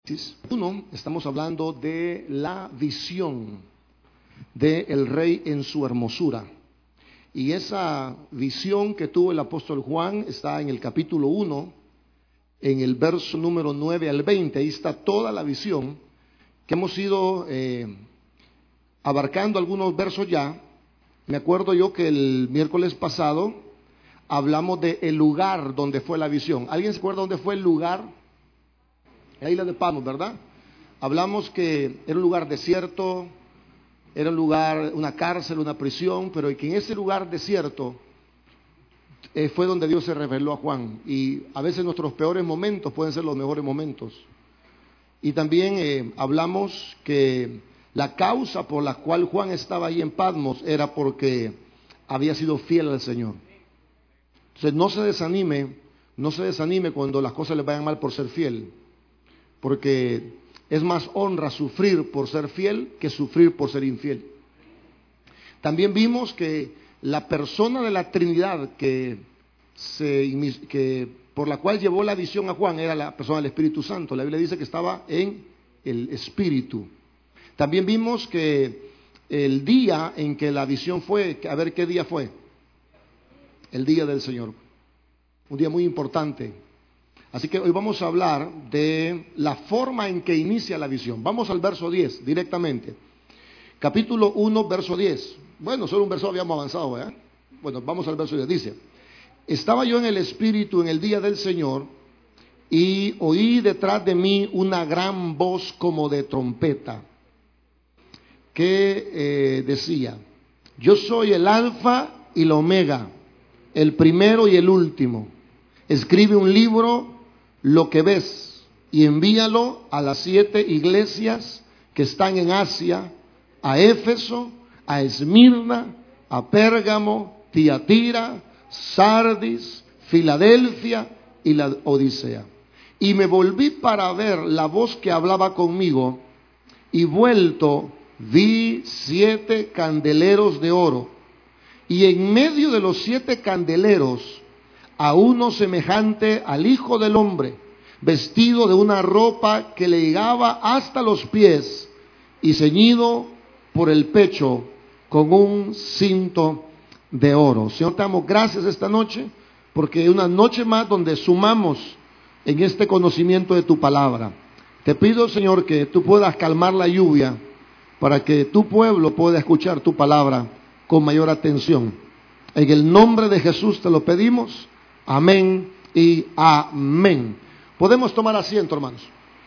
Estamos hablando de la visión del rey en su hermosura. Y esa visión que tuvo el apóstol Juan está en el capítulo 1, en el verso número 9 al 20. Ahí está toda la visión que hemos ido abarcando algunos versos ya. Me acuerdo yo que el miércoles pasado hablamos del lugar donde fue la visión. ¿Alguien se acuerda dónde fue el lugar? La isla de Patmos, ¿verdad? Hablamos que era un lugar desierto, era un lugar, una cárcel, una prisión, pero que en ese lugar desierto fue donde Dios se reveló a Juan. Y a veces nuestros peores momentos pueden ser los mejores momentos. Y también hablamos que la causa por la cual Juan estaba ahí en Patmos era porque había sido fiel al Señor. Entonces no se desanime cuando las cosas le vayan mal por ser fiel. Porque es más honra sufrir por ser fiel que sufrir por ser infiel. También vimos que la persona de la Trinidad que por la cual llevó la visión a Juan era la persona del Espíritu Santo. La Biblia dice que estaba en el Espíritu. También vimos que el día en que la visión fue, a ver qué día fue, el día del Señor, un día muy importante. Así que hoy vamos a hablar de la forma en que inicia la visión. Vamos al verso 10 directamente. Capítulo 1, verso 10. Bueno, solo un verso habíamos avanzado, ¿verdad? Bueno, vamos al verso 10. Dice: estaba yo en el Espíritu en el día del Señor, y oí detrás de mí una gran voz como de trompeta, que decía: yo soy el Alfa y la Omega, el primero y el último. Escribe un libro lo que ves y envíalo a las 7 iglesias que están en Asia, a Éfeso, a Esmirna, a Pérgamo, Tiatira, Sardis, Filadelfia y la Odisea. Y me volví para ver la voz que hablaba conmigo, y vuelto vi 7 candeleros de oro, y en medio de los 7 candeleros a uno semejante al Hijo del Hombre, vestido de una ropa que le llegaba hasta los pies y ceñido por el pecho con un cinto de oro. Señor, te damos gracias esta noche, porque es una noche más donde sumamos en este conocimiento de tu palabra. Te pido, Señor, que tú puedas calmar la lluvia para que tu pueblo pueda escuchar tu palabra con mayor atención. En el nombre de Jesús te lo pedimos. Amén y amén. Podemos tomar asiento, hermanos.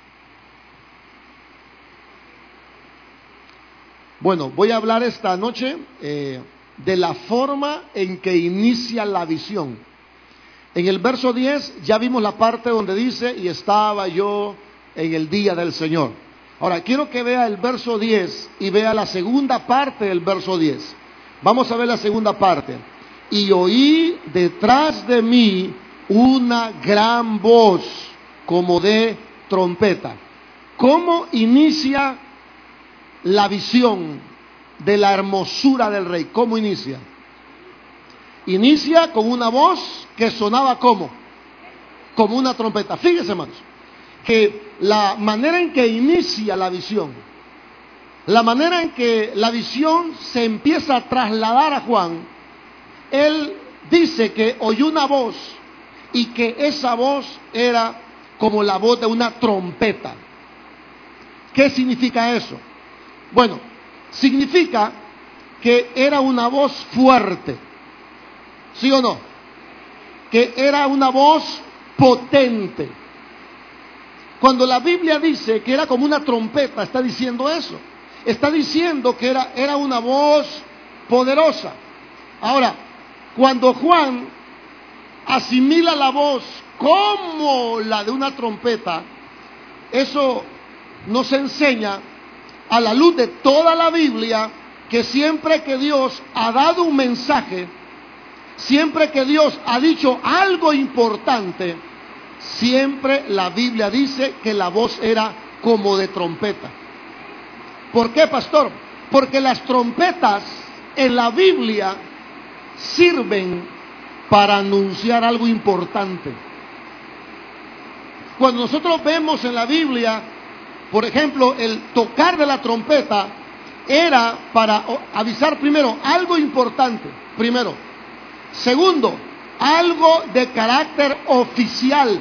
Bueno, voy a hablar esta noche de la forma en que inicia la visión. En el verso 10 ya vimos la parte donde dice: y estaba yo en el día del Señor. Ahora quiero que vea el verso 10 y vea la segunda parte del verso 10. Vamos a ver la segunda parte. Y oí detrás de mí una gran voz como de trompeta. ¿Cómo inicia la visión de la hermosura del rey? ¿Cómo inicia? Inicia con una voz que sonaba como una trompeta. Fíjense, hermanos, que la manera en que inicia la visión, la manera en que la visión se empieza a trasladar a Juan, él dice que oyó una voz y que esa voz era como la voz de una trompeta. ¿Qué significa eso? Bueno, significa que era una voz fuerte, ¿sí o no? Que era una voz potente. Cuando la Biblia dice que era como una trompeta, está diciendo eso. Está diciendo que era una voz poderosa. Ahora, cuando Juan asimila la voz como la de una trompeta, eso nos enseña, a la luz de toda la Biblia, que siempre que Dios ha dado un mensaje, siempre que Dios ha dicho algo importante, siempre la Biblia dice que la voz era como de trompeta. ¿Por qué, pastor? Porque las trompetas en la Biblia sirven para anunciar algo importante. Cuando nosotros vemos en la Biblia Por ejemplo, el tocar de la trompeta era para avisar primero algo importante, primero. Segundo, algo de carácter oficial.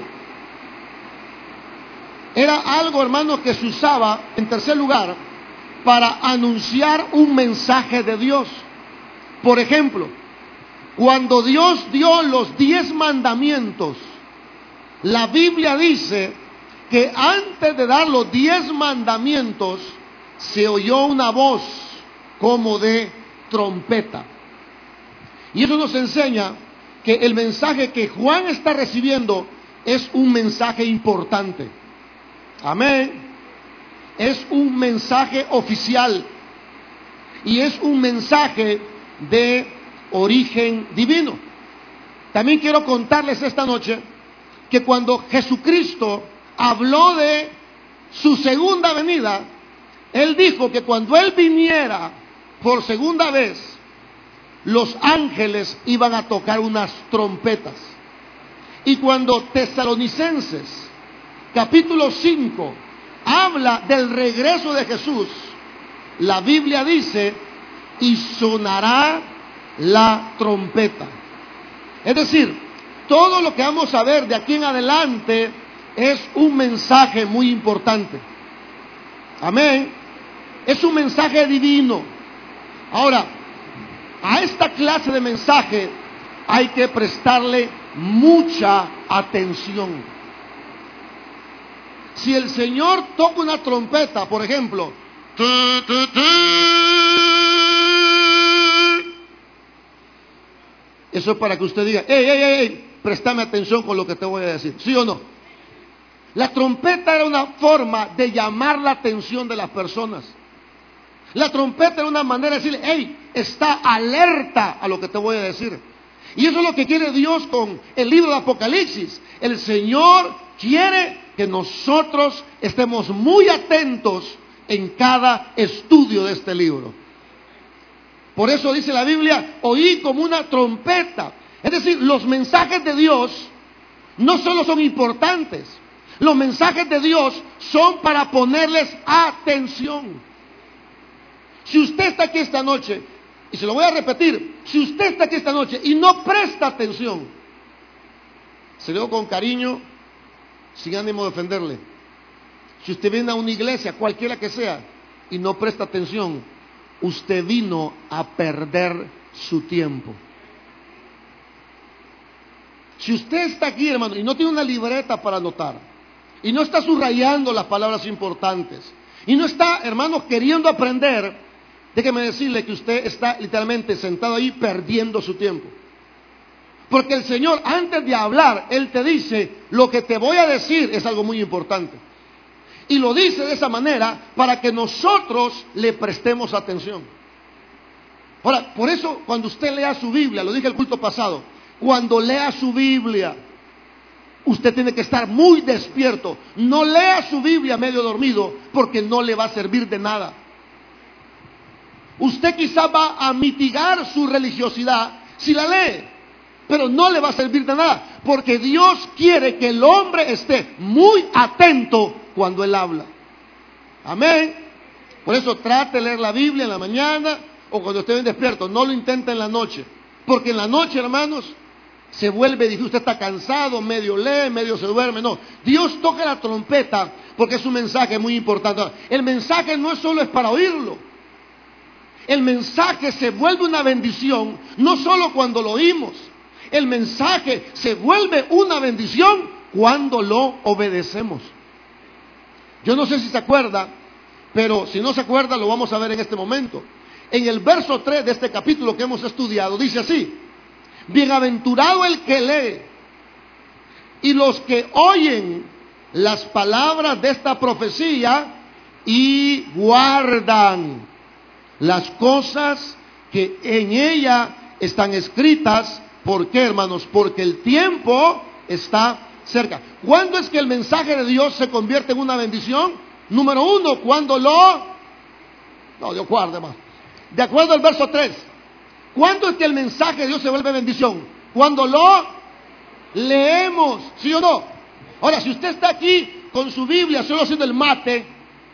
Era algo, hermanos, que se usaba, en tercer lugar, para anunciar un mensaje de Dios. Por ejemplo, cuando Dios dio los 10 mandamientos, la Biblia dice que antes de dar los 10 mandamientos, se oyó una voz como de trompeta. Y eso nos enseña que el mensaje que Juan está recibiendo es un mensaje importante. Amén. Es un mensaje oficial y es un mensaje de origen divino. También quiero contarles esta noche que cuando Jesucristo habló de su segunda venida, Él dijo que cuando Él viniera por segunda vez, los ángeles iban a tocar unas trompetas. Y cuando Tesalonicenses capítulo 5 habla del regreso de Jesús, la Biblia dice, y sonará la trompeta. Es decir, todo lo que vamos a ver de aquí en adelante es un mensaje muy importante. Amén. Es un mensaje divino. Ahora, a esta clase de mensaje hay que prestarle mucha atención. Si el Señor toca una trompeta, por ejemplo, eso es para que usted diga, préstame atención con lo que te voy a decir, ¿sí o no? La trompeta era una forma de llamar la atención de las personas. La trompeta era una manera de decirle, está alerta a lo que te voy a decir. Y eso es lo que quiere Dios con el libro de Apocalipsis. El Señor quiere que nosotros estemos muy atentos en cada estudio de este libro. Por eso dice la Biblia, oí como una trompeta. Es decir, los mensajes de Dios no solo son importantes, los mensajes de Dios son para ponerles atención. Si usted está aquí esta noche, y se lo voy a repetir, si usted está aquí esta noche y no presta atención, se lo digo con cariño, sin ánimo de ofenderle. Si usted viene a una iglesia, cualquiera que sea, y no presta atención, usted vino a perder su tiempo. Si usted está aquí, hermano, y no tiene una libreta para anotar, y no está subrayando las palabras importantes, y no está, hermano, queriendo aprender, déjeme decirle que usted está literalmente sentado ahí perdiendo su tiempo. Porque el Señor, antes de hablar, Él te dice, lo que te voy a decir es algo muy importante. Y lo dice de esa manera para que nosotros le prestemos atención. Ahora, por eso cuando usted lea su Biblia, lo dije el culto pasado, cuando lea su Biblia, usted tiene que estar muy despierto. No lea su Biblia medio dormido, porque no le va a servir de nada. Usted quizá va a mitigar su religiosidad si la lee, pero no le va a servir de nada, porque Dios quiere que el hombre esté muy atento cuando Él habla. Amén. Por eso trate de leer la Biblia en la mañana o cuando esté bien despierto. No lo intente en la noche, porque en la noche, hermanos, se vuelve difícil. Usted está cansado, medio lee, medio se duerme. No, Dios toca la trompeta porque es un mensaje muy importante. El mensaje no solo es para oírlo. El mensaje se vuelve una bendición no solo cuando lo oímos. El mensaje se vuelve una bendición cuando lo obedecemos. Yo no sé si se acuerda, pero si no se acuerda lo vamos a ver en este momento. En el verso 3 de este capítulo que hemos estudiado dice así: bienaventurado el que lee y los que oyen las palabras de esta profecía y guardan las cosas que en ella están escritas. ¿Por qué, hermanos? Porque el tiempo está cerca. ¿Cuándo es que el mensaje de Dios se convierte en una bendición? Número 1, cuando Dios guarde, hermano. De acuerdo al verso 3. ¿Cuándo es que el mensaje de Dios se vuelve bendición? Cuando lo leemos, ¿sí o no? Ahora, si usted está aquí con su Biblia solo haciendo el mate,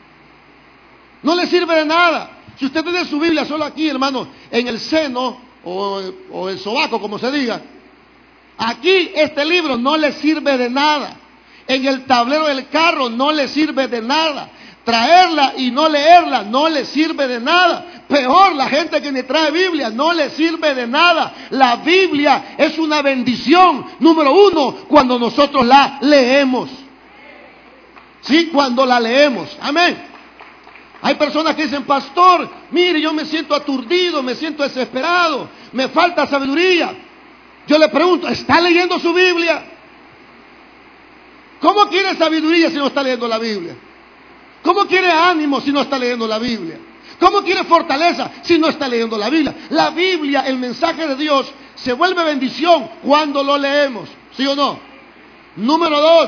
No le sirve de nada. Si usted tiene su Biblia solo aquí, hermano, en el seno o el sobaco, como se diga, aquí este libro no le sirve de nada. En el tablero del carro no le sirve de nada. Traerla y no leerla no le sirve de nada. Peor, la gente que ni trae Biblia no le sirve de nada. La Biblia es una bendición, número uno, cuando nosotros la leemos. Sí, cuando la leemos. Amén. Hay personas que dicen, pastor, mire, yo me siento aturdido, me siento desesperado, me falta sabiduría. Yo le pregunto, ¿está leyendo su Biblia? ¿Cómo quiere sabiduría si no está leyendo la Biblia? ¿Cómo quiere ánimo si no está leyendo la Biblia? ¿Cómo quiere fortaleza si no está leyendo la Biblia? La Biblia, el mensaje de Dios, se vuelve bendición cuando lo leemos. ¿Sí o no? Número 2,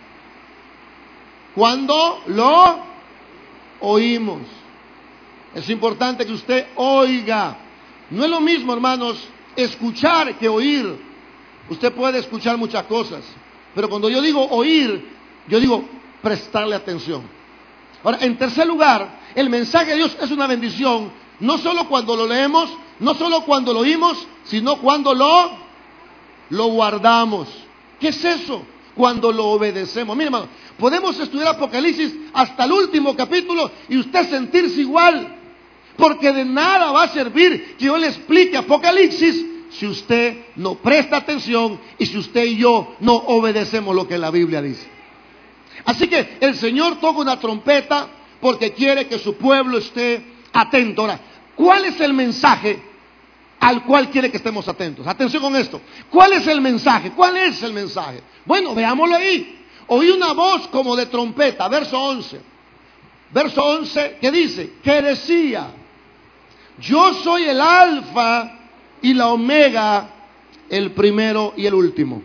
cuando lo oímos. Es importante que usted oiga. No es lo mismo, hermanos, escuchar que oír. Usted puede escuchar muchas cosas, pero cuando yo digo oír, yo digo prestarle atención. Ahora, en tercer lugar, el mensaje de Dios es una bendición, no solo cuando lo leemos, no solo cuando lo oímos, sino cuando lo guardamos. ¿Qué es eso? Cuando lo obedecemos. Mire, hermano, podemos estudiar Apocalipsis hasta el último capítulo y usted sentirse igual, porque de nada va a servir que yo le explique Apocalipsis si usted no presta atención y si usted y yo no obedecemos lo que la Biblia dice. Así que el Señor toca una trompeta porque quiere que su pueblo esté atento. Ahora, ¿cuál es el mensaje al cual quiere que estemos atentos? Atención con esto. ¿Cuál es el mensaje? ¿Cuál es el mensaje? Bueno, veámoslo ahí. Oí una voz como de trompeta, verso 11. Verso 11, ¿qué dice? Que decía, yo soy el alfa y la omega, el primero y el último.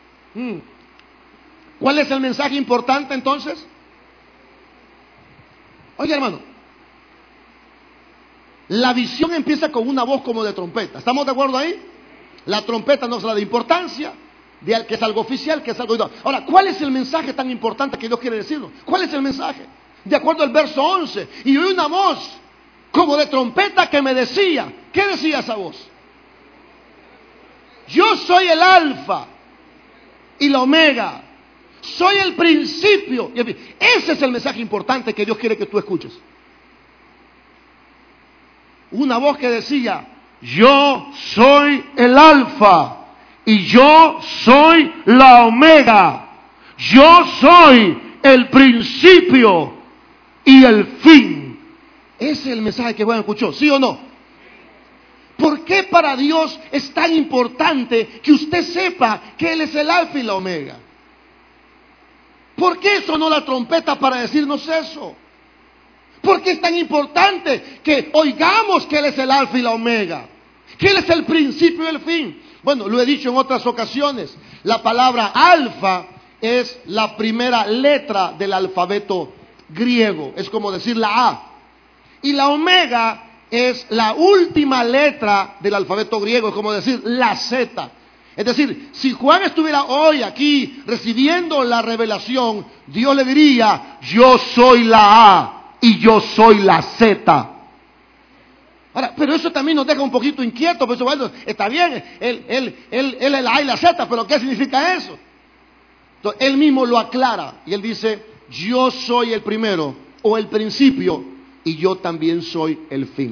¿Cuál es el mensaje importante entonces? Oye, hermano, la visión empieza con una voz como de trompeta. ¿Estamos de acuerdo ahí? La trompeta nos da de importancia, de que es algo oficial, que es algo... Ahora, ¿cuál es el mensaje tan importante que Dios quiere decirnos? ¿Cuál es el mensaje? De acuerdo al verso 11, y oí una voz como de trompeta que me decía, ¿qué decía esa voz? Yo soy el alfa y la omega. Soy el principio. Ese es el mensaje importante que Dios quiere que tú escuches. Una voz que decía, yo soy el alfa y yo soy la omega. Yo soy el principio y el fin. Ese es el mensaje que Juan escuchó, ¿sí o no? ¿Por qué para Dios es tan importante que usted sepa que Él es el alfa y la omega? ¿Por qué sonó la trompeta para decirnos eso? ¿Por qué es tan importante que oigamos que Él es el alfa y la omega? Que Él es el principio y el fin. Bueno, lo he dicho en otras ocasiones. La palabra alfa es la primera letra del alfabeto griego. Es como decir la A. Y la omega es la última letra del alfabeto griego. Es como decir la Z. Es decir, si Juan estuviera hoy aquí recibiendo la revelación, Dios le diría, yo soy la A y yo soy la Z. Ahora, pero eso también nos deja un poquito inquietos, pero eso, bueno, está bien, él es la A y la Z, pero ¿qué significa eso? Entonces, él mismo lo aclara y él dice, yo soy el primero o el principio y yo también soy el fin.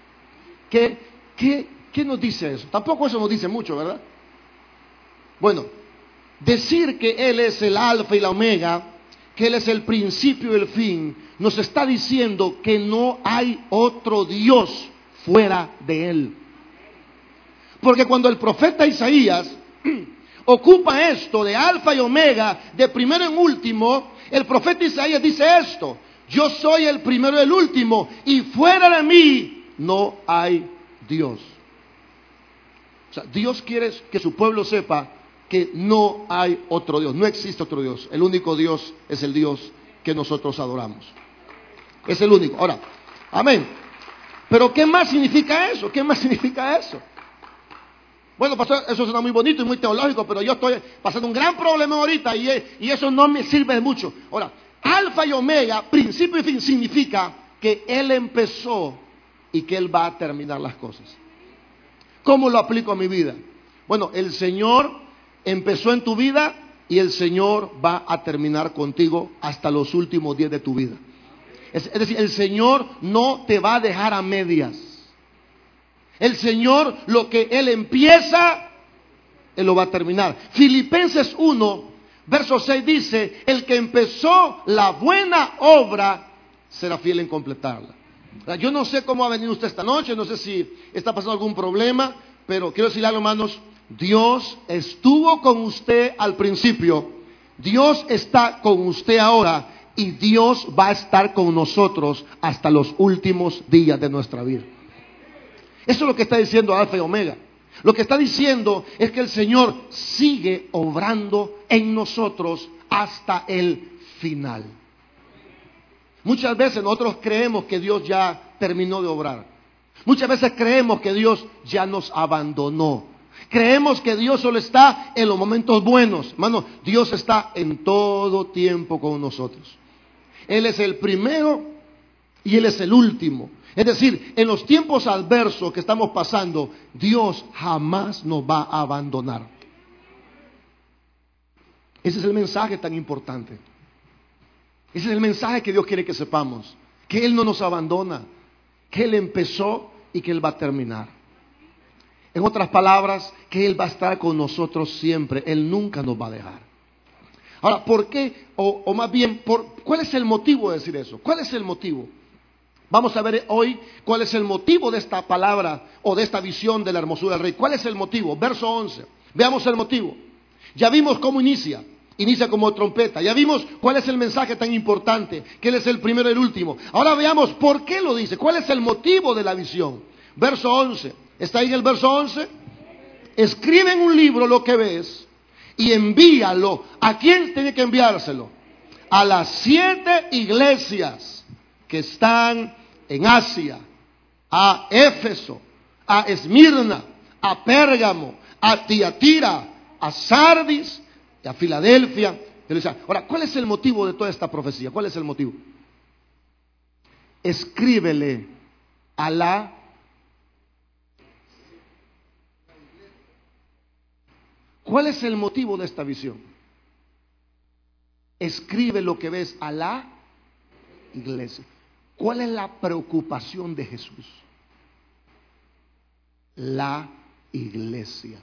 ¿Qué nos dice eso? Tampoco eso nos dice mucho, ¿verdad? Bueno, decir que Él es el alfa y la omega, que Él es el principio y el fin, nos está diciendo que no hay otro Dios fuera de Él. Porque cuando el profeta Isaías ocupa esto de alfa y omega, de primero en último, el profeta Isaías dice esto, yo soy el primero y el último, y fuera de mí no hay Dios. O sea, Dios quiere que su pueblo sepa que no hay otro Dios, no existe otro Dios. El único Dios es el Dios que nosotros adoramos. Es el único. Ahora, amén. Pero ¿qué más significa eso? ¿Qué más significa eso? Bueno, pastor, eso suena muy bonito y muy teológico, pero yo estoy pasando un gran problema ahorita y eso no me sirve de mucho. Ahora, alfa y omega, principio y fin, significa que Él empezó y que Él va a terminar las cosas. ¿Cómo lo aplico a mi vida? Bueno, el Señor empezó en tu vida y el Señor va a terminar contigo hasta los últimos días de tu vida. Es decir, el Señor no te va a dejar a medias. El Señor, lo que Él empieza, Él lo va a terminar. Filipenses 1, verso 6 dice: el que empezó la buena obra será fiel en completarla. Yo no sé cómo ha venido usted esta noche, no sé si está pasando algún problema, pero quiero decirle algo, hermanos: Dios estuvo con usted al principio, Dios está con usted ahora y Dios va a estar con nosotros hasta los últimos días de nuestra vida. Eso es lo que está diciendo Alfa y Omega. Lo que está diciendo es que el Señor sigue obrando en nosotros hasta el final. Muchas veces nosotros creemos que Dios ya terminó de obrar. Muchas veces creemos que Dios ya nos abandonó. Creemos que Dios solo está en los momentos buenos. Hermano, Dios está en todo tiempo con nosotros. Él es el primero y Él es el último. Es decir, en los tiempos adversos que estamos pasando, Dios jamás nos va a abandonar. Ese es el mensaje tan importante. Ese es el mensaje que Dios quiere que sepamos. Que Él no nos abandona. Que Él empezó y que Él va a terminar. En otras palabras, que Él va a estar con nosotros siempre. Él nunca nos va a dejar. Ahora, ¿por qué? O más bien, ¿cuál es el motivo de decir eso? ¿Cuál es el motivo? Vamos a ver hoy cuál es el motivo de esta palabra o de esta visión de la hermosura del Rey. ¿Cuál es el motivo? Verso 11. Veamos el motivo. Ya vimos cómo inicia. Inicia como trompeta. Ya vimos cuál es el mensaje tan importante, que Él es el primero y el último. Ahora veamos por qué lo dice. ¿Cuál es el motivo de la visión? Verso 11. ¿Está ahí en el verso 11? Escribe en un libro lo que ves y envíalo. ¿A quién tiene que enviárselo? A las 7 iglesias que están en Asia, a Éfeso, a Esmirna, a Pérgamo, a Tiatira, a Sardis y a Filadelfia. Ahora, ¿cuál es el motivo de toda esta profecía? ¿Cuál es el motivo? Escríbele a la ¿Cuál es el motivo de esta visión? Escribe lo que ves a la iglesia. ¿Cuál es la preocupación de Jesús? La iglesia.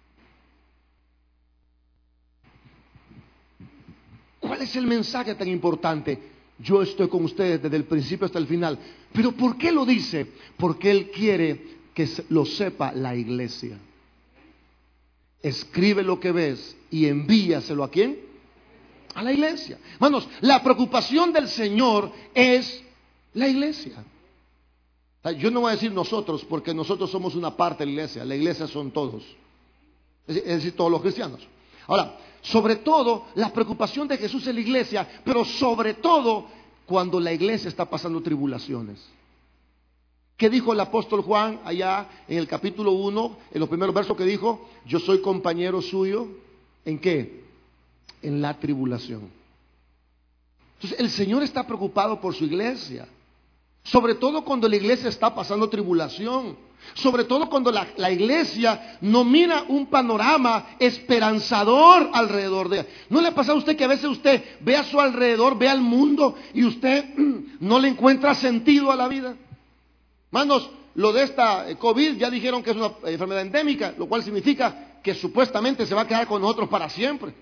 ¿Cuál es el mensaje tan importante? Yo estoy con ustedes desde el principio hasta el final. ¿Pero por qué lo dice? Porque Él quiere que lo sepa la iglesia. Escribe lo que ves y envíaselo ¿a quién? A la iglesia. Hermanos, la preocupación del Señor es la iglesia. Yo no voy a decir nosotros, porque nosotros somos una parte de la iglesia son todos, es decir, todos los cristianos. Ahora, sobre todo, la preocupación de Jesús es la iglesia, pero sobre todo cuando la iglesia está pasando tribulaciones. ¿Qué dijo el apóstol Juan allá en el capítulo 1, en los primeros versos que dijo? Yo soy compañero suyo, ¿en qué? En la tribulación. Entonces el Señor está preocupado por su iglesia, sobre todo cuando la iglesia está pasando tribulación, sobre todo cuando la iglesia no mira un panorama esperanzador alrededor de ella. ¿No le pasa a usted que a veces usted ve a su alrededor, ve al mundo y usted no le encuentra sentido a la vida? Hermanos, lo de esta COVID ya dijeron que es una enfermedad endémica, lo cual significa que supuestamente se va a quedar con nosotros para siempre.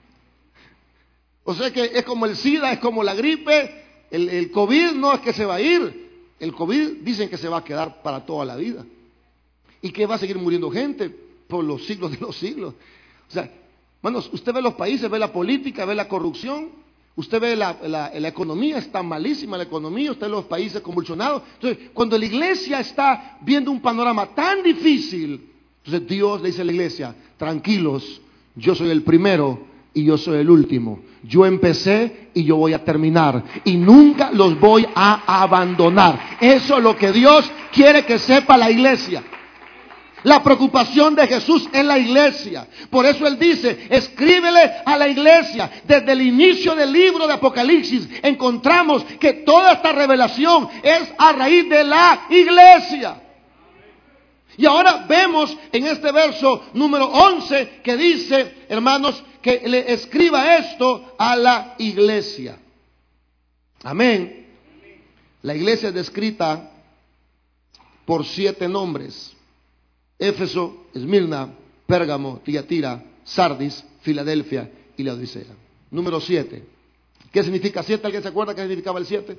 O sea que es como el SIDA, es como la gripe. El COVID no es que se va a ir. El COVID dicen que se va a quedar para toda la vida. Y que va a seguir muriendo gente por los siglos de los siglos. O sea, hermanos, usted ve los países, ve la política, ve la corrupción. Usted ve la economía, está malísima la economía. Usted ve los países convulsionados. Entonces, cuando la iglesia está viendo un panorama tan difícil, entonces Dios le dice a la iglesia, tranquilos, yo soy el primero y yo soy el último. Yo empecé y yo voy a terminar. Y nunca los voy a abandonar. Eso es lo que Dios quiere que sepa la iglesia. La preocupación de Jesús es la iglesia. Por eso Él dice, escríbele a la iglesia. Desde el inicio del libro de Apocalipsis encontramos que toda esta revelación es a raíz de la iglesia. Y ahora vemos en este verso número 11 que dice, hermanos, que le escriba esto a la iglesia. Amén. La iglesia es descrita por 7 nombres: Éfeso, Esmirna, Pérgamo, Tiatira, Sardis, Filadelfia y Laodicea. Número 7. ¿Qué significa 7? ¿Alguien se acuerda qué significaba el 7?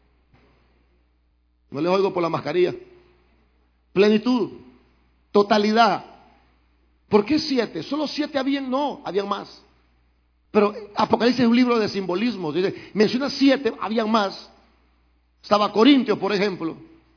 No les oigo por la mascarilla. Plenitud, totalidad. ¿Por qué 7? ¿Solo 7 habían? No, habían más. Pero Apocalipsis es un libro de simbolismo. Dice, menciona 7, habían más. Estaba Corintios, por ejemplo.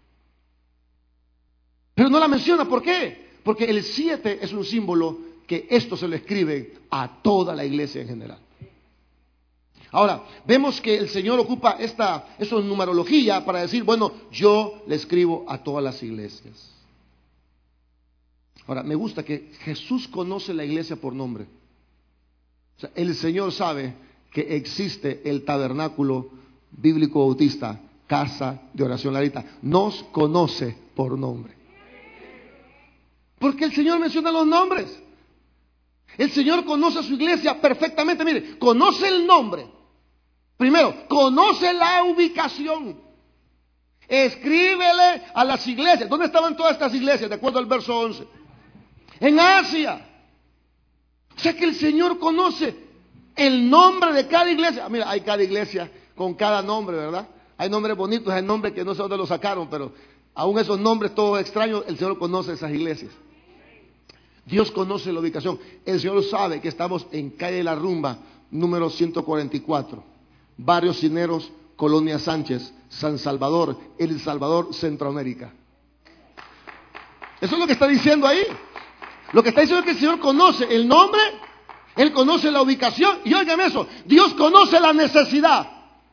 Pero no la menciona, ¿por qué? Porque el 7 es un símbolo que esto se lo escribe a toda la iglesia en general. Ahora, vemos que el Señor ocupa eso en numerología para decir, bueno, yo le escribo a todas las iglesias. Ahora, me gusta que Jesús conoce la iglesia por nombre. O sea, el Señor sabe que existe el tabernáculo bíblico bautista, casa de oración Larita. Nos conoce por nombre. Porque el Señor menciona los nombres. El Señor conoce a su iglesia perfectamente. Mire, conoce el nombre. Primero, conoce la ubicación. Escríbele a las iglesias. ¿Dónde estaban todas estas iglesias? De acuerdo al verso 11. En Asia. O sea que el Señor conoce el nombre de cada iglesia. Mira, hay cada iglesia con cada nombre, ¿verdad? Hay nombres bonitos, hay nombres que no sé dónde los sacaron, pero aún esos nombres todos extraños, el Señor conoce esas iglesias. Dios conoce la ubicación. El Señor sabe que estamos en calle La Rumba, número 144. Barrio Cineros, Colonia Sánchez, San Salvador, El Salvador, Centroamérica. Eso es lo que está diciendo ahí. Lo que está diciendo es que el Señor conoce el nombre, Él conoce la ubicación. Y oigan eso, Dios conoce la necesidad.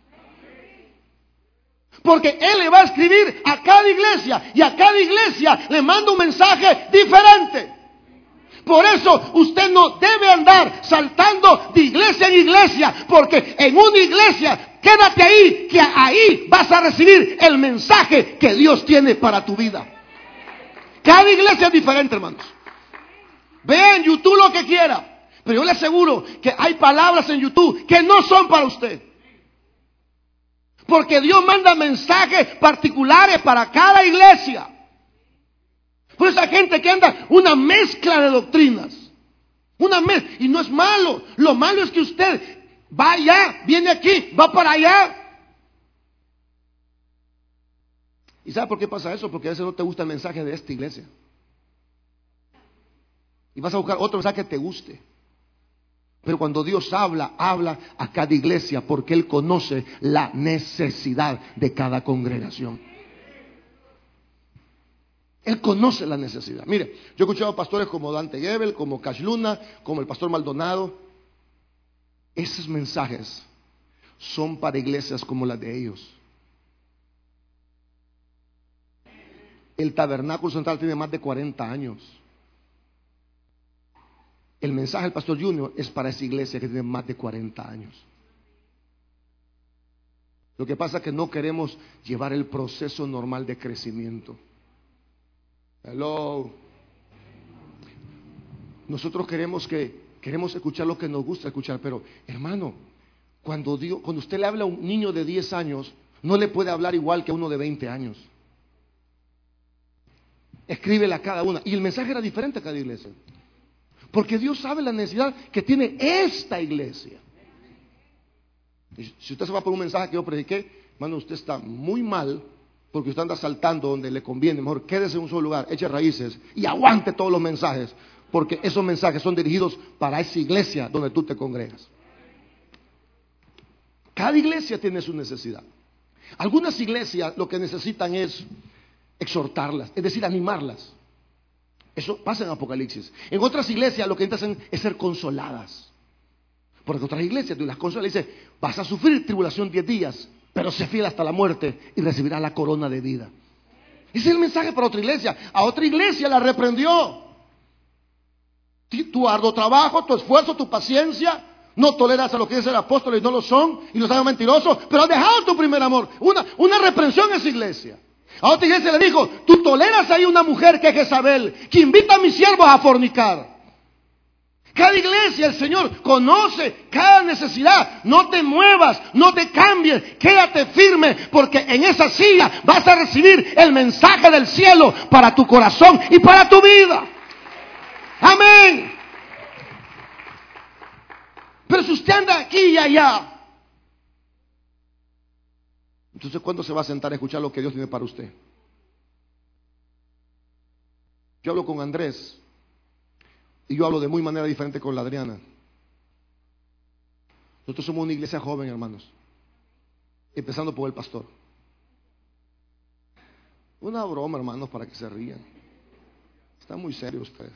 Porque Él le va a escribir a cada iglesia y a cada iglesia le manda un mensaje diferente. Por eso usted no debe andar saltando de iglesia en iglesia, porque en una iglesia, quédate ahí, que ahí vas a recibir el mensaje que Dios tiene para tu vida. Cada iglesia es diferente, hermanos. Ve en YouTube lo que quiera, pero yo le aseguro que hay palabras en YouTube que no son para usted. Porque Dios manda mensajes particulares para cada iglesia. Por esa gente que anda una mezcla de doctrinas. Y no es malo. Lo malo es que usted va allá, viene aquí, va para allá. ¿Y sabe por qué pasa eso? Porque a veces no te gusta el mensaje de esta iglesia. Y vas a buscar otro mensaje que te guste. Pero cuando Dios habla a cada iglesia porque Él conoce la necesidad de cada congregación. Él conoce la necesidad. Mire, yo he escuchado pastores como Dante Gebel, como Cash Luna, como el pastor Maldonado. Esos mensajes son para iglesias como las de ellos. El Tabernáculo Central tiene más de 40 años. El mensaje del pastor Junior es para esa iglesia que tiene más de 40 años. Lo que pasa es que no queremos llevar el proceso normal de crecimiento. Hello. Nosotros queremos escuchar lo que nos gusta escuchar, pero hermano, cuando usted le habla a un niño de 10 años, no le puede hablar igual que a uno de 20 años. Escríbele a cada una. Y el mensaje era diferente a cada iglesia. Porque Dios sabe la necesidad que tiene esta iglesia. Y si usted se va por un mensaje que yo prediqué, hermano, usted está muy mal. Porque usted anda saltando donde le conviene. Mejor quédese en un solo lugar, eche raíces y aguante todos los mensajes. Porque esos mensajes son dirigidos para esa iglesia donde tú te congregas. Cada iglesia tiene su necesidad. Algunas iglesias lo que necesitan es exhortarlas, es decir, animarlas. Eso pasa en Apocalipsis. En otras iglesias lo que necesitan es ser consoladas. Porque otras iglesias las consolan y dicen, vas a sufrir tribulación 10 días. Pero sé fiel hasta la muerte y recibirás la corona de vida. Ese es el mensaje para otra iglesia. A otra iglesia la reprendió. Tu arduo trabajo, tu esfuerzo, tu paciencia. No toleras a lo que dicen los apóstoles y no lo son. Y los hagan mentirosos. Pero has dejado tu primer amor. Una reprensión a esa iglesia. A otra iglesia le dijo: tú toleras ahí una mujer que es Jezabel, que invita a mis siervos a fornicar. Cada iglesia, el Señor conoce cada necesidad. No te muevas, no te cambies, quédate firme, porque en esa silla vas a recibir el mensaje del cielo para tu corazón y para tu vida. Amén. Pero si usted anda aquí y allá, entonces ¿cuándo se va a sentar a escuchar lo que Dios tiene para usted? Yo hablo con Andrés y yo hablo de muy manera diferente con la Adriana. Nosotros somos una iglesia joven, hermanos, empezando por el pastor. Una broma, hermanos, para que se rían. Están muy serios ustedes.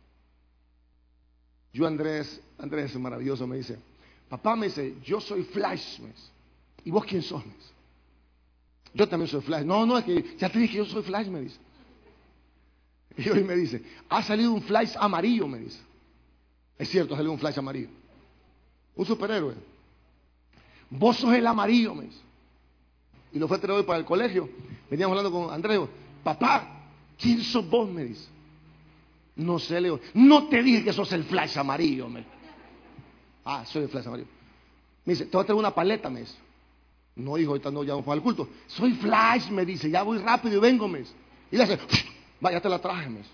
Yo, Andrés es maravilloso, me dice: papá, me dice, yo soy Flash, me dice. ¿Y vos quién sos? Me dice. Yo también soy Flash. No, es que ya te dije que yo soy Flash, me dice. Y hoy me dice: ha salido un Flash amarillo, me dice. Es cierto, ha salido un Flash amarillo. Un superhéroe. Vos sos el amarillo, me dice. Y lo fue a traer hoy para el colegio. Veníamos hablando con Andrés. Papá, ¿quién sos vos? Me dice. No sé, le digo. No te dije que sos el Flash amarillo, me dice. Ah, soy el Flash amarillo. Me dice: te voy a traer una paleta, me dice. No, hijo, ahorita no, ya vamos para el culto. Soy Flash, me dice. Ya voy rápido y vengo, me dice. Y le hace: vaya, te la traje, me dice.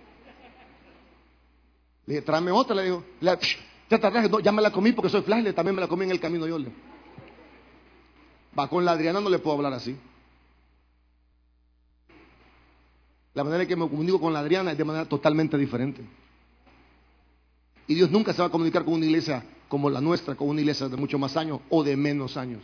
Le dije: tráeme otra, le digo. Ya te la traje. No, ya me la comí porque soy Flash. También me la comí en el camino yo. Va, con la Adriana no le puedo hablar así. La manera en que me comunico con la Adriana es de manera totalmente diferente. Y Dios nunca se va a comunicar con una iglesia como la nuestra, con una iglesia de muchos más años o de menos años.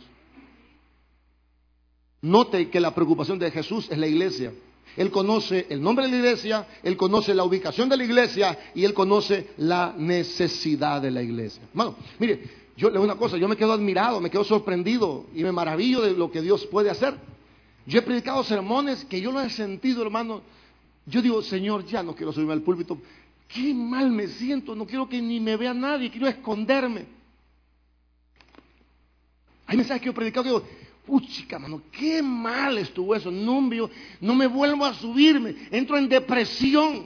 Note que la preocupación de Jesús es la iglesia. Él conoce el nombre de la iglesia, Él conoce la ubicación de la iglesia y Él conoce la necesidad de la iglesia. Hermano, mire, yo le digo una cosa, yo me quedo admirado, me quedo sorprendido y me maravillo de lo que Dios puede hacer. Yo he predicado sermones que yo lo he sentido, hermano. Yo digo: Señor, ya no quiero subirme al púlpito. Qué mal me siento, no quiero que ni me vea nadie, quiero esconderme. Hay mensajes que yo he predicado que digo: puchica, mano, qué mal estuvo eso. No me vuelvo a subirme, entro en depresión.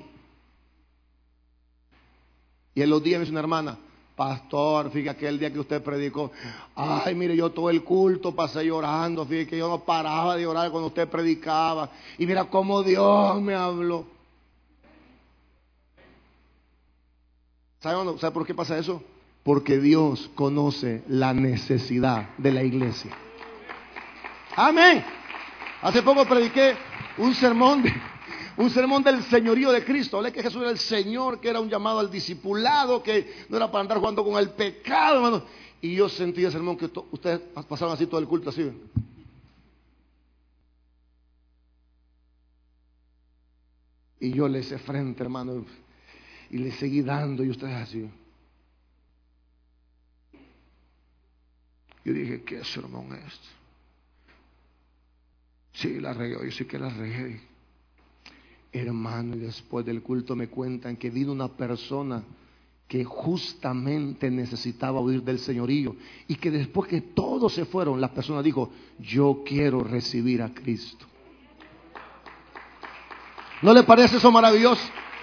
Y en los días me dice una hermana: pastor, fíjate que el día que usted predicó, ay, mire, yo todo el culto pasé llorando, fíjate que yo no paraba de llorar cuando usted predicaba. Y mira cómo Dios me habló. ¿Sabe por qué pasa eso? Porque Dios conoce la necesidad de la iglesia. Amén. Hace poco prediqué un sermón del señorío de Cristo. Hablé que Jesús era el Señor, que era un llamado al discipulado, que no era para andar jugando con el pecado, hermano. Y yo sentí ese sermón que ustedes pasaron así todo el culto, así. Y yo le hice frente, hermano, y le seguí dando, y ustedes así. Yo dije: ¿qué sermón es este? Sí, la regué, yo sí que la regué. Hermano, y después del culto me cuentan que vino una persona que justamente necesitaba oír del señorío, y que después que todos se fueron, la persona dijo: yo quiero recibir a Cristo. ¿No le parece eso maravilloso?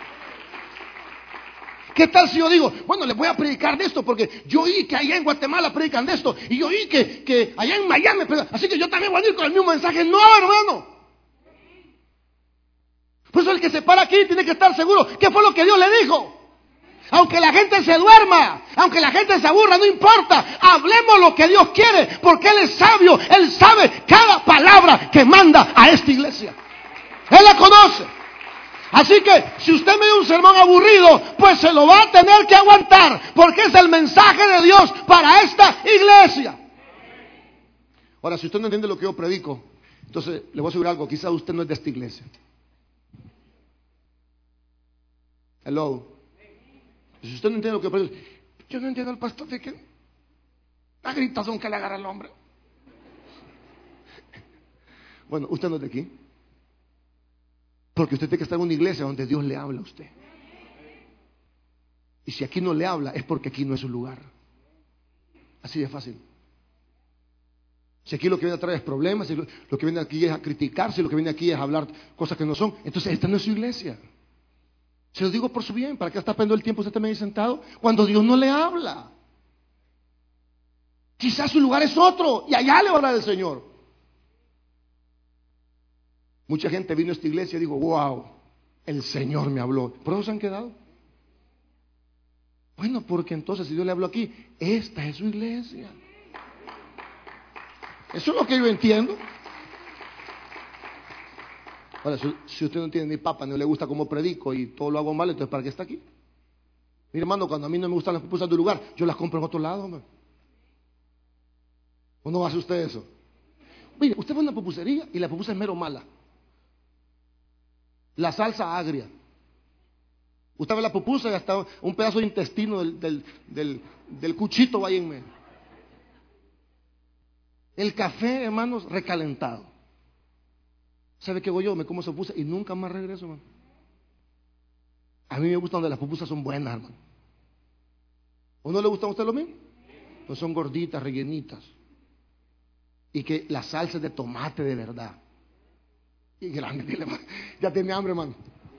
¿Qué tal si yo digo: bueno, les voy a predicar de esto porque yo oí que allá en Guatemala predican de esto y yo oí que allá en Miami predican, así que yo también voy a ir con el mismo mensaje? No, hermano. Por eso el que se para aquí tiene que estar seguro qué fue lo que Dios le dijo. Aunque la gente se duerma, aunque la gente se aburra, no importa. Hablemos lo que Dios quiere, porque Él es sabio. Él sabe cada palabra que manda a esta iglesia. Él la conoce. Así que si usted me dio un sermón aburrido, pues se lo va a tener que aguantar, porque es el mensaje de Dios para esta iglesia. Ahora, si usted no entiende lo que yo predico, entonces le voy a decir algo: quizás usted no es de esta iglesia. Hello. Si usted no entiende lo que yo predico, yo no entiendo al pastor de que la gritazón que le agarra al hombre. Bueno, usted no es de aquí. Porque usted tiene que estar en una iglesia donde Dios le habla a usted. Y si aquí no le habla, es porque aquí no es su lugar. Así de fácil. Si aquí lo que viene a traer es problemas, si lo que viene aquí es a criticar, si lo que viene aquí es a hablar cosas que no son, entonces esta no es su iglesia. Se lo digo por su bien. ¿Para qué está perdiendo el tiempo usted también ahí sentado cuando Dios no le habla? Quizás su lugar es otro y allá le va a hablar el Señor. Mucha gente vino a esta iglesia y dijo: wow, el Señor me habló. ¿Por eso se han quedado? Bueno, porque entonces si Dios le habló aquí, esta es su iglesia. Eso es lo que yo entiendo. Ahora, si usted no tiene ni papa, no le gusta cómo predico y todo lo hago mal, entonces ¿para qué está aquí? Mire, hermano, cuando a mí no me gustan las pupusas de un lugar, yo las compro en otro lado, hombre. ¿O no hace usted eso? Mire, usted va a una pupusería y la pupusa es mero mala. La salsa agria. Usted ve la pupusa y hasta un pedazo de intestino del cuchito va ahí en medio. El café, hermanos, recalentado. ¿Sabe qué hago yo? Me como esa pupusa y nunca más regreso, hermano. A mí me gusta donde las pupusas son buenas, hermano. ¿O no le gusta a usted lo mismo? Pues son gorditas, rellenitas. Y que la salsa es de tomate de verdad. Y grande, dile, ya tiene hambre, hermano.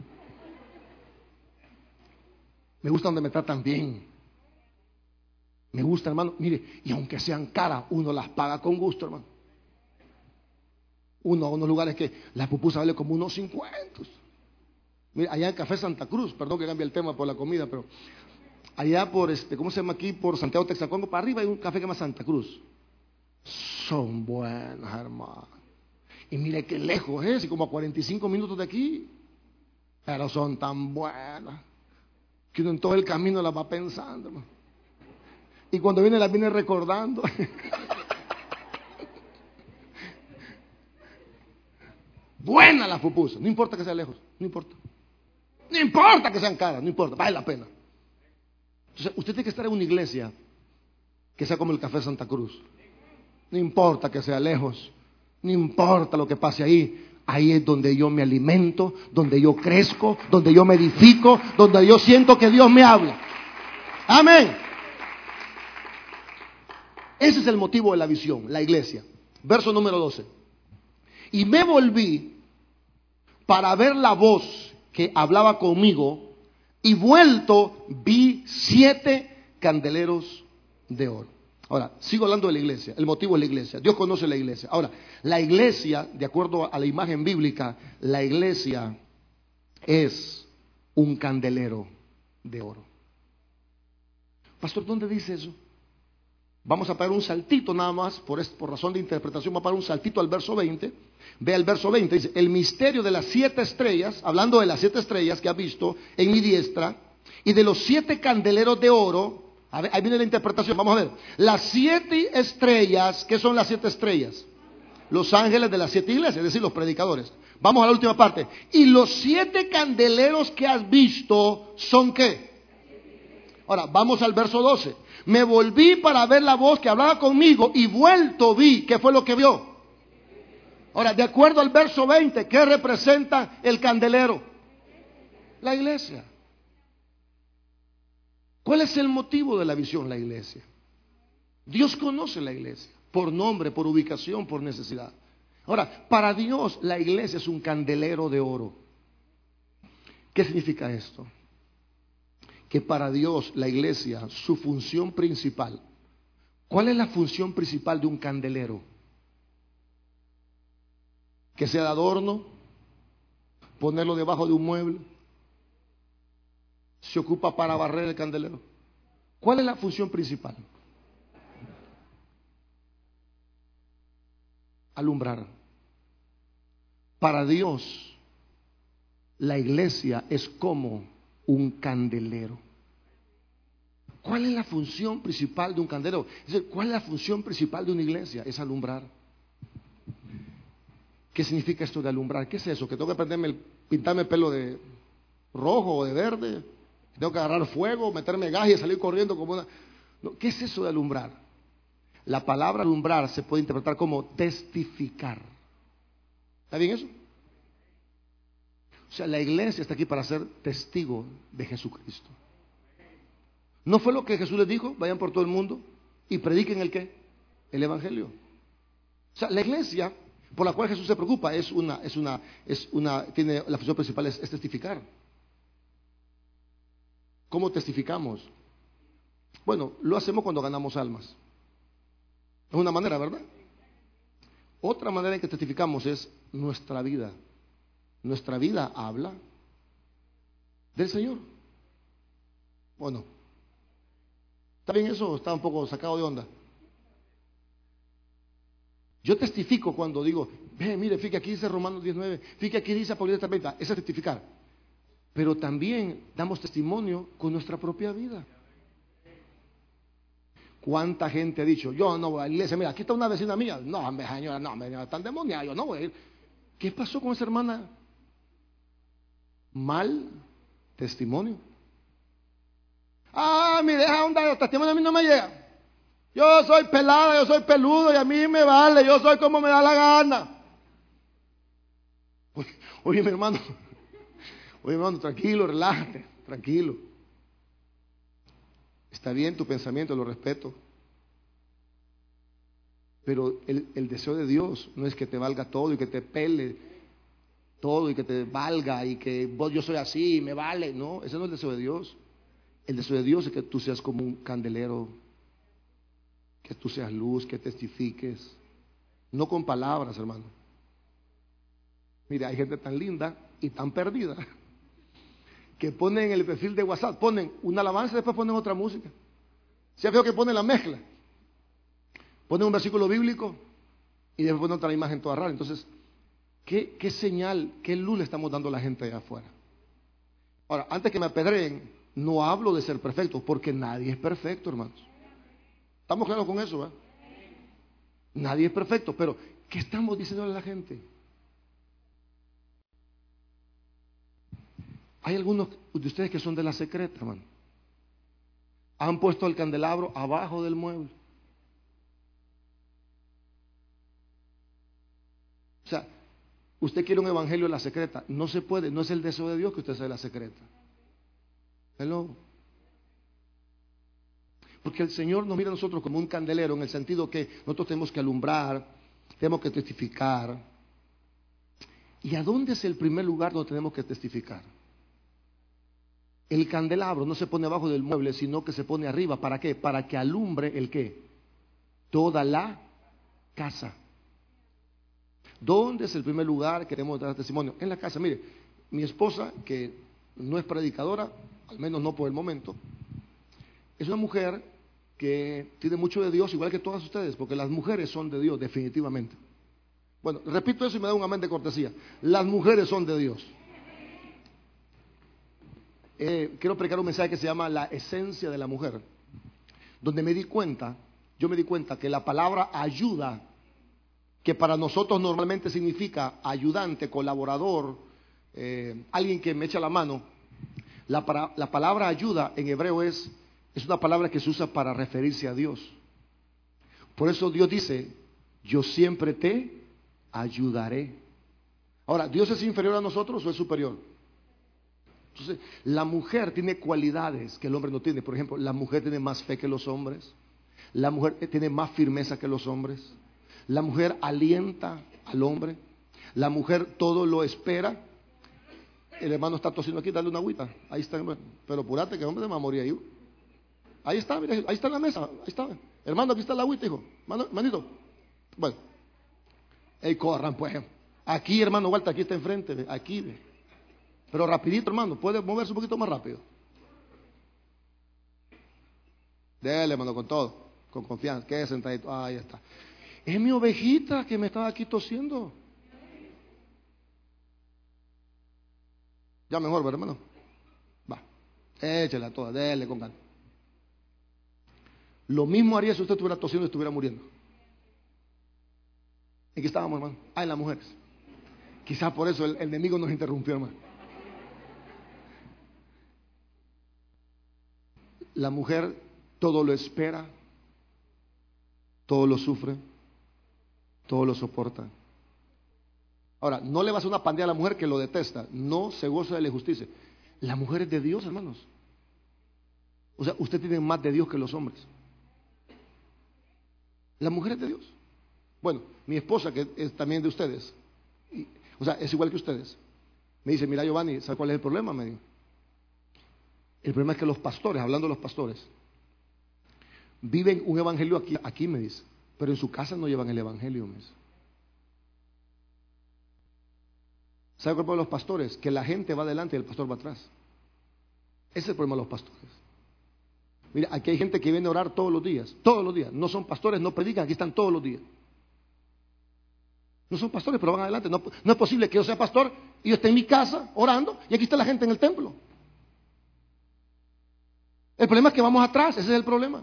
Me gusta donde me tratan bien. Me gusta, hermano. Mire, y aunque sean caras, uno las paga con gusto, hermano. Uno a unos lugares que la pupusa vale como unos 50. Mira, allá en Café Santa Cruz, perdón que cambie el tema por la comida, pero allá por ¿cómo se llama aquí? Por Santiago Texacongo, para arriba hay un café que se llama Santa Cruz. Son buenas, hermano. Y mire qué lejos es, y como a 45 minutos de aquí. Pero son tan buenas que uno en todo el camino las va pensando, hermano. Y cuando viene las viene recordando. Buena la pupusa, no importa que sea lejos, no importa. No importa que sean caras, no importa, vale la pena. Entonces, usted tiene que estar en una iglesia que sea como el Café Santa Cruz. No importa que sea lejos, no importa lo que pase ahí. Ahí es donde yo me alimento, donde yo crezco, donde yo me edifico, donde yo siento que Dios me habla. Amén. Ese es el motivo de la visión, la iglesia. Verso número 12. Y me volví para ver la voz que hablaba conmigo, y vuelto vi 7 candeleros de oro. Ahora, sigo hablando de la iglesia. El motivo es la iglesia. Dios conoce la iglesia. Ahora, la iglesia, de acuerdo a la imagen bíblica, la iglesia es un candelero de oro. Pastor, ¿dónde dice eso? Vamos a parar un saltito nada más, por razón de interpretación, vamos a parar un saltito al verso 20. Vea el verso 20, dice: el misterio de las 7 estrellas, hablando de las 7 estrellas que has visto en mi diestra, y de los 7 candeleros de oro. A ver, ahí viene la interpretación, vamos a ver. Las 7 estrellas, ¿qué son las 7 estrellas? Los ángeles de las 7 iglesias, es decir, los predicadores. Vamos a la última parte. Y los 7 candeleros que has visto, ¿son qué? Ahora, vamos al verso 12. Me volví para ver la voz que hablaba conmigo, y vuelto vi. ¿Qué fue lo que vio? Ahora, de acuerdo al verso 20, ¿qué representa el candelero? La iglesia. ¿Cuál es el motivo de la visión? La iglesia. Dios conoce la iglesia, por nombre, por ubicación, por necesidad. Ahora, para Dios la iglesia es un candelero de oro. ¿Qué significa esto? Que para Dios la iglesia, su función principal. ¿Cuál es la función principal de un candelero? Que sea de adorno, ponerlo debajo de un mueble. Se ocupa para barrer el candelero. ¿Cuál es la función principal? Alumbrar. Para Dios, la iglesia es como un candelero. ¿Cuál es la función principal de un candelero? Es decir, ¿cuál es la función principal de una iglesia? Es alumbrar. ¿Qué significa esto de alumbrar? ¿Qué es eso? ¿Que tengo que pintarme el pelo de rojo o de verde? ¿Tengo que agarrar fuego, meterme gas y salir corriendo como una...? No, ¿qué es eso de alumbrar? La palabra alumbrar se puede interpretar como testificar. ¿Está bien eso? sea, la iglesia está aquí para ser testigo de Jesucristo. ¿No fue lo que Jesús les dijo? Vayan por todo el mundo y prediquen el ¿qué? El evangelio. O sea, la iglesia por la cual Jesús se preocupa tiene la función principal es testificar. ¿Cómo testificamos? Bueno, lo hacemos cuando ganamos almas. Es una manera, ¿verdad? Otra manera en que testificamos es nuestra vida. Nuestra vida habla del Señor. ¿O no? ¿Está bien eso o está un poco sacado de onda? Yo testifico cuando digo, mire, fíjate aquí dice Romanos 19, fíjate aquí dice Apocalipsis 30, ese es testificar. Pero también damos testimonio con nuestra propia vida. ¿Cuánta gente ha dicho, yo no voy a la iglesia? Mira, aquí está una vecina mía. No, señora, no, me están demoniados, yo no voy a ir. ¿Qué pasó con esa hermana? Mal testimonio. Mire, esa onda de testimonio a mí no me llega. Yo soy pelada, yo soy peludo y a mí me vale, yo soy como me da la gana. Oye, mi hermano, tranquilo, relájate, tranquilo. Está bien tu pensamiento, lo respeto. Pero el deseo de Dios no es que te valga todo y que te pele todo y que te valga y que yo soy así y me vale. No, ese no es el deseo de Dios. El deseo de Dios es que tú seas como un candelero, que tú seas luz, que testifiques. No con palabras, hermano. Mira, hay gente tan linda y tan perdida que ponen en el perfil de WhatsApp, ponen una alabanza y después ponen otra música. ¿Se ha visto que ponen la mezcla? Ponen un versículo bíblico y después ponen otra imagen toda rara. Entonces, ¿qué señal, qué luz le estamos dando a la gente allá afuera? Ahora, antes que me apedreen, no hablo de ser perfecto, porque nadie es perfecto, hermanos. ¿Estamos claros con eso? Nadie es perfecto, pero ¿qué estamos diciéndole a la gente? Hay algunos de ustedes que son de la secreta, hermano. Han puesto el candelabro abajo del mueble. O sea, usted quiere un evangelio en la secreta. No se puede, no es el deseo de Dios que usted sea la secreta. Hello. Porque el Señor nos mira a nosotros como un candelero en el sentido que nosotros tenemos que alumbrar, tenemos que testificar. ¿Y a dónde es el primer lugar donde tenemos que testificar? El candelabro no se pone abajo del mueble, sino que se pone arriba. ¿Para qué? Para que alumbre el qué. Toda la casa. ¿Dónde es el primer lugar que debemos dar testimonio? En la casa. Mire, mi esposa, que no es predicadora, al menos no por el momento, es una mujer que tiene mucho de Dios, igual que todas ustedes, porque las mujeres son de Dios, definitivamente. Bueno, repito eso y me da un amén de cortesía. Las mujeres son de Dios. Quiero predicar un mensaje que se llama La esencia de la mujer, donde yo me di cuenta que la palabra ayuda, que para nosotros normalmente significa ayudante, colaborador, alguien que me echa la mano, la palabra ayuda en hebreo es una palabra que se usa para referirse a Dios. Por eso Dios dice, yo siempre te ayudaré. Ahora, ¿Dios es inferior a nosotros o es superior? Entonces, la mujer tiene cualidades que el hombre no tiene. Por ejemplo, la mujer tiene más fe que los hombres. La mujer tiene más firmeza que los hombres. La mujer alienta al hombre. La mujer todo lo espera. El hermano está tosiendo aquí, dale una agüita. Ahí está, pero apúrate que el hombre se va a morir ahí. Ahí está, mira, ahí está en la mesa. Ahí está. Hermano, aquí está la agüita, hijo. Manito. Bueno. Corran, pues. Aquí, hermano, Walter, aquí está enfrente. Ve. Aquí, ve. Pero rapidito, hermano, puede moverse un poquito más rápido. Dele, hermano, con todo, con confianza. Quede sentadito. Ahí está. Es mi ovejita que me estaba aquí tosiendo. Ya mejor, ¿verdad, hermano? Va, échela toda, dele con ganas. Lo mismo haría si usted estuviera tosiendo y estuviera muriendo. ¿En qué estábamos, hermano? En las mujeres. Quizás por eso el enemigo nos interrumpió, hermano. La mujer todo lo espera, todo lo sufre, todo lo soporta. Ahora, no le va a hacer una pandilla a la mujer que lo detesta. No se goza de la justicia. La mujer es de Dios, hermanos. O sea, usted tiene más de Dios que los hombres. La mujer es de Dios. Bueno, mi esposa, que es también de ustedes, o sea, es igual que ustedes, me dice, mira Giovanni, ¿sabes cuál es el problema? Me dijo. El problema es que los pastores, hablando de los pastores, viven un evangelio aquí me dice, pero en su casa no llevan el evangelio, me dice. ¿Sabe cuál es el problema de los pastores? Que la gente va adelante y el pastor va atrás. Ese es el problema de los pastores. Mira, aquí hay gente que viene a orar todos los días. No son pastores, no predican, aquí están todos los días. No son pastores, pero van adelante. No es posible que yo sea pastor y yo esté en mi casa orando y aquí está la gente en el templo. El problema es que vamos atrás, ese es el problema.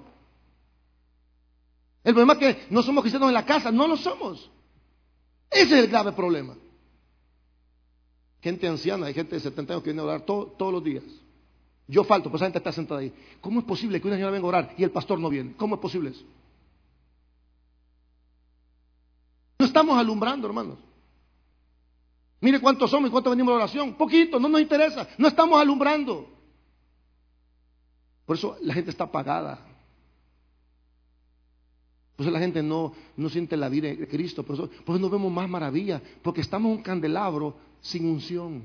El problema es que no somos cristianos en la casa, no lo somos. Ese es el grave problema. Gente anciana, hay gente de 70 años que viene a orar todos los días. Yo falto, pues esa gente está sentada ahí. ¿Cómo es posible que una señora venga a orar y el pastor no viene? ¿Cómo es posible eso? No estamos alumbrando, hermanos. Mire cuántos somos y cuántos venimos a la oración. Poquito, no nos interesa. No estamos alumbrando. Por eso la gente está apagada. Por eso la gente no siente la vida de Cristo. Por eso no vemos más maravilla. Porque estamos en un candelabro sin unción.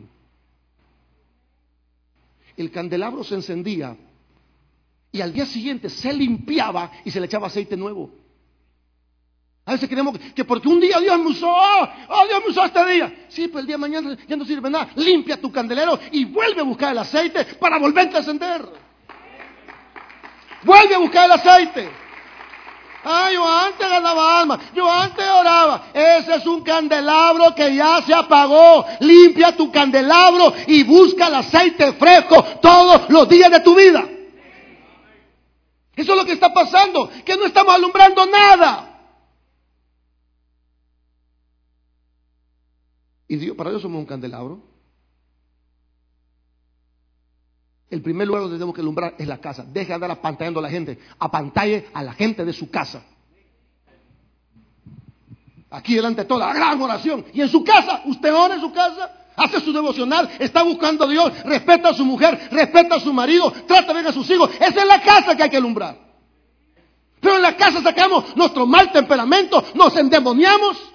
El candelabro se encendía y al día siguiente se limpiaba y se le echaba aceite nuevo. A veces creemos que porque un día Dios me usó, Dios me usó este día. Sí, pero el día de mañana ya no sirve nada. Limpia tu candelero y vuelve a buscar el aceite para volverte a encender. Vuelve a buscar el aceite. Yo antes ganaba alma, yo antes oraba. Ese es un candelabro que ya se apagó. Limpia tu candelabro y busca el aceite fresco todos los días de tu vida. Eso es lo que está pasando, que no estamos alumbrando nada. Y Dios, para Dios somos un candelabro. El primer lugar donde tenemos que alumbrar es la casa. Deje de andar apantallando a la gente. Apantalle a la gente de su casa. Aquí delante de toda la gran oración. Y en su casa, usted ora en su casa, hace su devocional, está buscando a Dios, respeta a su mujer, respeta a su marido, trata bien a sus hijos. Esa es la casa que hay que alumbrar. Pero en la casa sacamos nuestro mal temperamento, nos endemoniamos.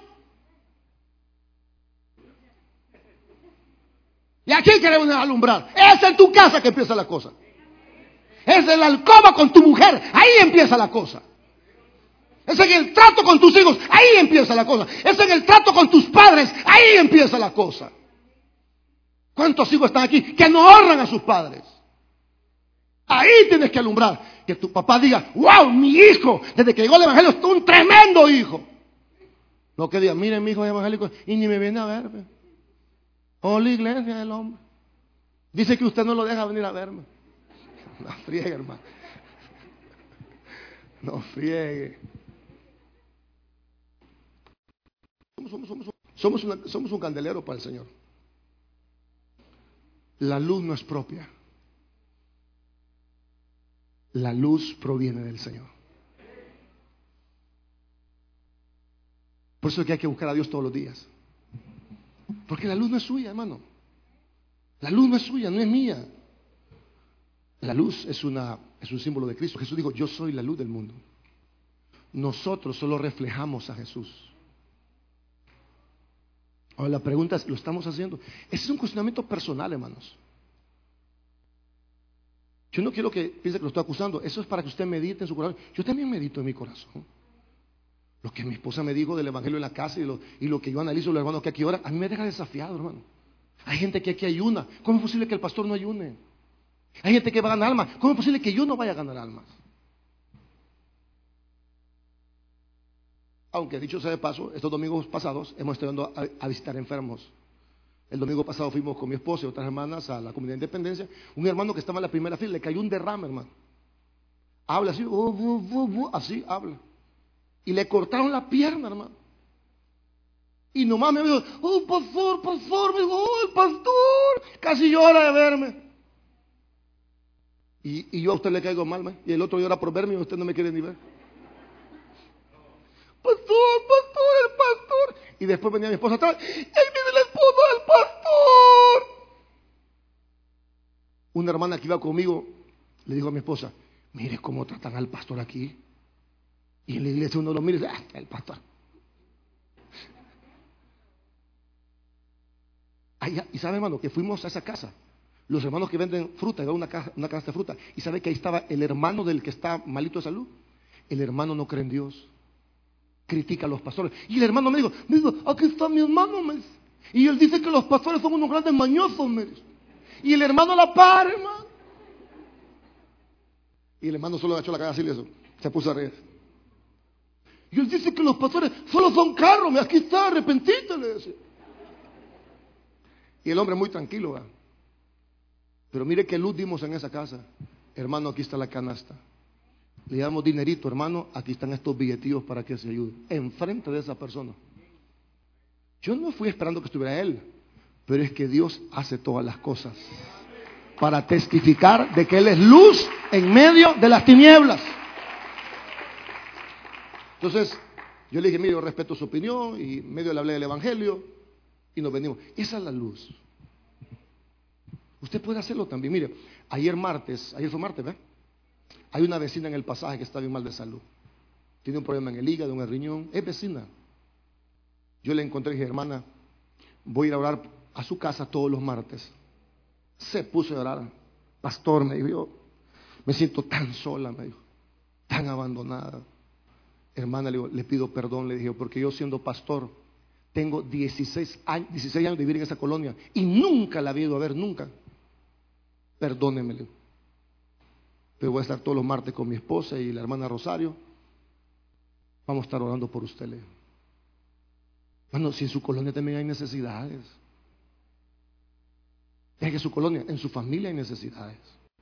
Y aquí queremos alumbrar. Es en tu casa que empieza la cosa. Es en la alcoba con tu mujer. Ahí empieza la cosa. Es en el trato con tus hijos. Ahí empieza la cosa. Es en el trato con tus padres. Ahí empieza la cosa. ¿Cuántos hijos están aquí que no honran a sus padres? Ahí tienes que alumbrar. Que tu papá diga, wow, mi hijo, desde que llegó el evangelio, es un tremendo hijo. No que diga, miren, mi hijo es evangélico y ni me viene a verme. La iglesia del hombre. Dice que usted no lo deja venir a verme. No friegue, hermano. No friegue. Somos un candelero para el Señor. La luz no es propia. La luz proviene del Señor. Por eso es que hay que buscar a Dios todos los días. Porque la luz no es suya, hermano. La luz no es suya, no es mía. La luz es un símbolo de Cristo. Jesús dijo, yo soy la luz del mundo. Nosotros solo reflejamos a Jesús. Ahora la pregunta es, ¿lo estamos haciendo? Ese es un cuestionamiento personal, hermanos. Yo no quiero que piense que lo estoy acusando. Eso es para que usted medite en su corazón. Yo también medito en mi corazón. Lo que mi esposa me dijo del evangelio en la casa y lo que yo analizo de los hermanos que aquí oran, a mí me deja desafiado, hermano. Hay gente que aquí ayuna. ¿Cómo es posible que el pastor no ayune? Hay gente que va a ganar almas. ¿Cómo es posible que yo no vaya a ganar almas? Aunque dicho sea de paso, estos domingos pasados hemos estado yendo a visitar enfermos. El domingo pasado fuimos con mi esposa y otras hermanas a la comunidad de Independencia. Un hermano que estaba en la primera fila le cayó un derrame, hermano. Habla así, así habla. Y le cortaron la pierna, hermano. Y nomás me dijo, pastor, me dijo, el pastor. Casi llora de verme. Y yo a usted le caigo mal, ¿me? Y el otro llora por verme y usted no me quiere ni ver. Pastor, el pastor. Y después venía mi esposa atrás. ¡Ay, viene la Una hermana que iba conmigo le dijo a mi esposa: mire cómo tratan al pastor aquí. Y en la iglesia uno lo mira y dice: ah, el pastor. Y sabe, hermano, que fuimos a esa casa. Los hermanos que venden fruta, una canasta de fruta. Y sabe que ahí estaba el hermano del que está malito de salud. El hermano no cree en Dios. Critica a los pastores. Y el hermano me dijo: aquí está mi hermano, me dice. Y él dice que los pastores son unos grandes mañosos, me dice. Y el hermano la para, hermano. Y el hermano solo agachó la cabeza y le hizo, se puso a reír. Y él dice que los pastores solo son carros, aquí está, arrepentite, le dice. Y el hombre muy tranquilo, ¿verdad? Pero mire qué luz dimos en esa casa. Hermano, aquí está la canasta. Le damos dinerito, hermano, aquí están estos billetillos para que se ayude. Enfrente de esa persona. Yo no fui esperando que estuviera él, pero es que Dios hace todas las cosas para testificar de que Él es luz en medio de las tinieblas. Entonces, yo le dije: mire, yo respeto su opinión, y medio le hablé del evangelio y nos venimos. Esa es la luz. Usted puede hacerlo también. Mire, ayer fue martes, ¿ve? Hay una vecina en el pasaje que está bien mal de salud. Tiene un problema en el hígado, en el riñón. Es vecina. Yo le encontré y dije: hermana, voy a ir a orar a su casa todos los martes. Se puso a orar. Pastor, me dijo, yo me siento tan sola, me dijo, tan abandonada. Hermana, le pido perdón, le dije, porque yo siendo pastor tengo 16 años de vivir en esa colonia y nunca la había ido a ver, nunca. Perdóneme, le digo. Pero voy a estar todos los martes con mi esposa y la hermana Rosario. Vamos a estar orando por usted, le digo. Bueno, si en su colonia también hay necesidades. Deje su colonia, en su familia hay necesidades.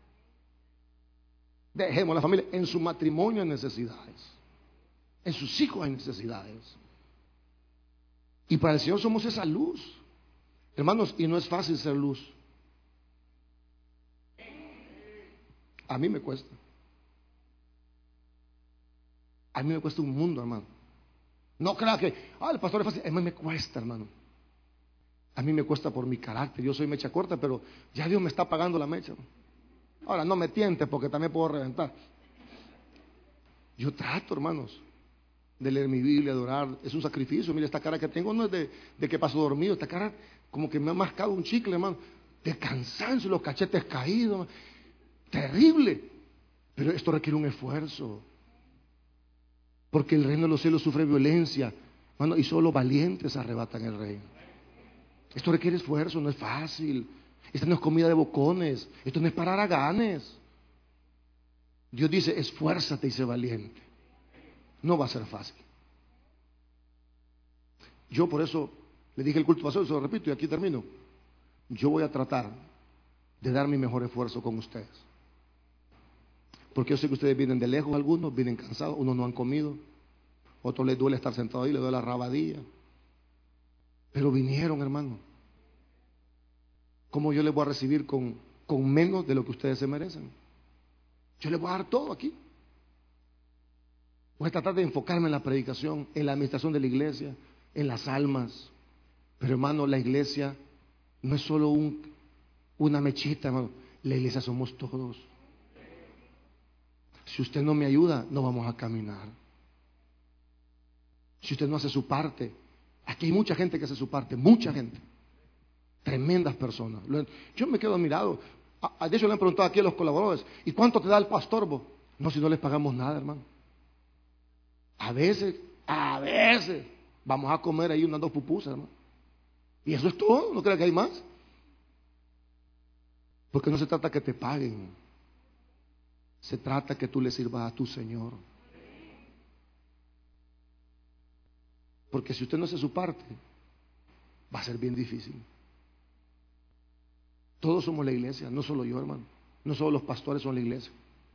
Dejemos la familia, en su matrimonio hay necesidades. En sus hijos hay necesidades. Y para el Señor somos esa luz. Hermanos, y no es fácil ser luz. A mí me cuesta. A mí me cuesta un mundo, hermano. No crea que, el pastor es fácil. A mí me cuesta, hermano. A mí me cuesta por mi carácter. Yo soy mecha corta, pero ya Dios me está pagando la mecha. Ahora, no me tiente porque también puedo reventar. Yo trato, hermanos, de leer mi Biblia, de orar. Es un sacrificio. Mira, esta cara que tengo no es de que paso dormido. Esta cara como que me ha mascado un chicle, hermano. De cansancio, los cachetes caídos. Terrible. Pero esto requiere un esfuerzo. Porque el reino de los cielos sufre violencia, hermano, y solo valientes arrebatan el reino. Esto requiere esfuerzo, no es fácil. Esta no es comida de bocones. Esto no es para haraganes. Dios dice: esfuérzate y sé valiente. No va a ser fácil. Yo por eso le dije el culto pasado, se lo repito y aquí termino. Yo voy a tratar de dar mi mejor esfuerzo con ustedes. Porque yo sé que ustedes vienen de lejos, algunos vienen cansados, unos no han comido, otros les duele estar sentado ahí, les duele la rabadilla. Pero vinieron, hermano. ¿Cómo yo les voy a recibir con menos de lo que ustedes se merecen? Yo les voy a dar todo aquí. Voy a tratar de enfocarme en la predicación, en la administración de la iglesia, en las almas. Pero, hermano, la iglesia no es solo una mechita, hermano. La iglesia somos todos. Si usted no me ayuda, no vamos a caminar. Si usted no hace su parte, aquí hay mucha gente que hace su parte, mucha gente, tremendas personas. Yo me quedo admirado. De hecho le han preguntado aquí a los colaboradores: ¿y cuánto te da el pastor vos? No, si no les pagamos nada, hermano. A veces vamos a comer ahí unas 2 pupusas, hermano. Y eso es todo, no creo que hay más. Porque no se trata que te paguen, se trata que tú le sirvas a tu Señor. Porque si usted no hace su parte, va a ser bien difícil. Todos somos la iglesia, no solo yo, hermano. No solo los pastores son la iglesia.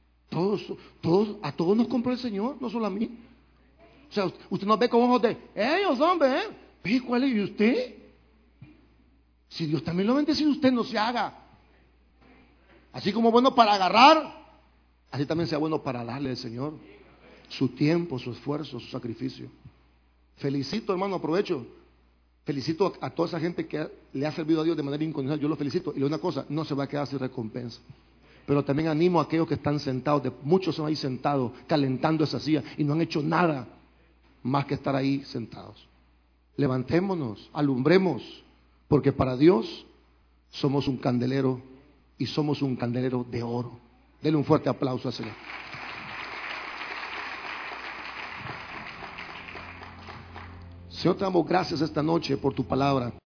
A todos nos compró el Señor, no solo a mí. O sea, usted nos ve con ojos de ellos, hombre, ¿eh? ¿Cuál es? ¿Y usted? Si Dios también lo bendice, usted no se haga. Así como bueno para agarrar, así también sea bueno para darle al Señor su tiempo, su esfuerzo, su sacrificio. Felicito, hermano, aprovecho Felicito a toda esa gente que le ha servido a Dios de manera incondicional. Yo lo felicito. Y le digo una cosa, no se va a quedar sin recompensa. Pero también animo a aquellos que están sentados, muchos son ahí sentados, calentando esa silla y no han hecho nada más que estar ahí sentados. Levantémonos, alumbremos, porque para Dios somos un candelero y somos un candelero de oro. Denle un fuerte aplauso al Señor. Señor, te damos gracias esta noche por tu palabra.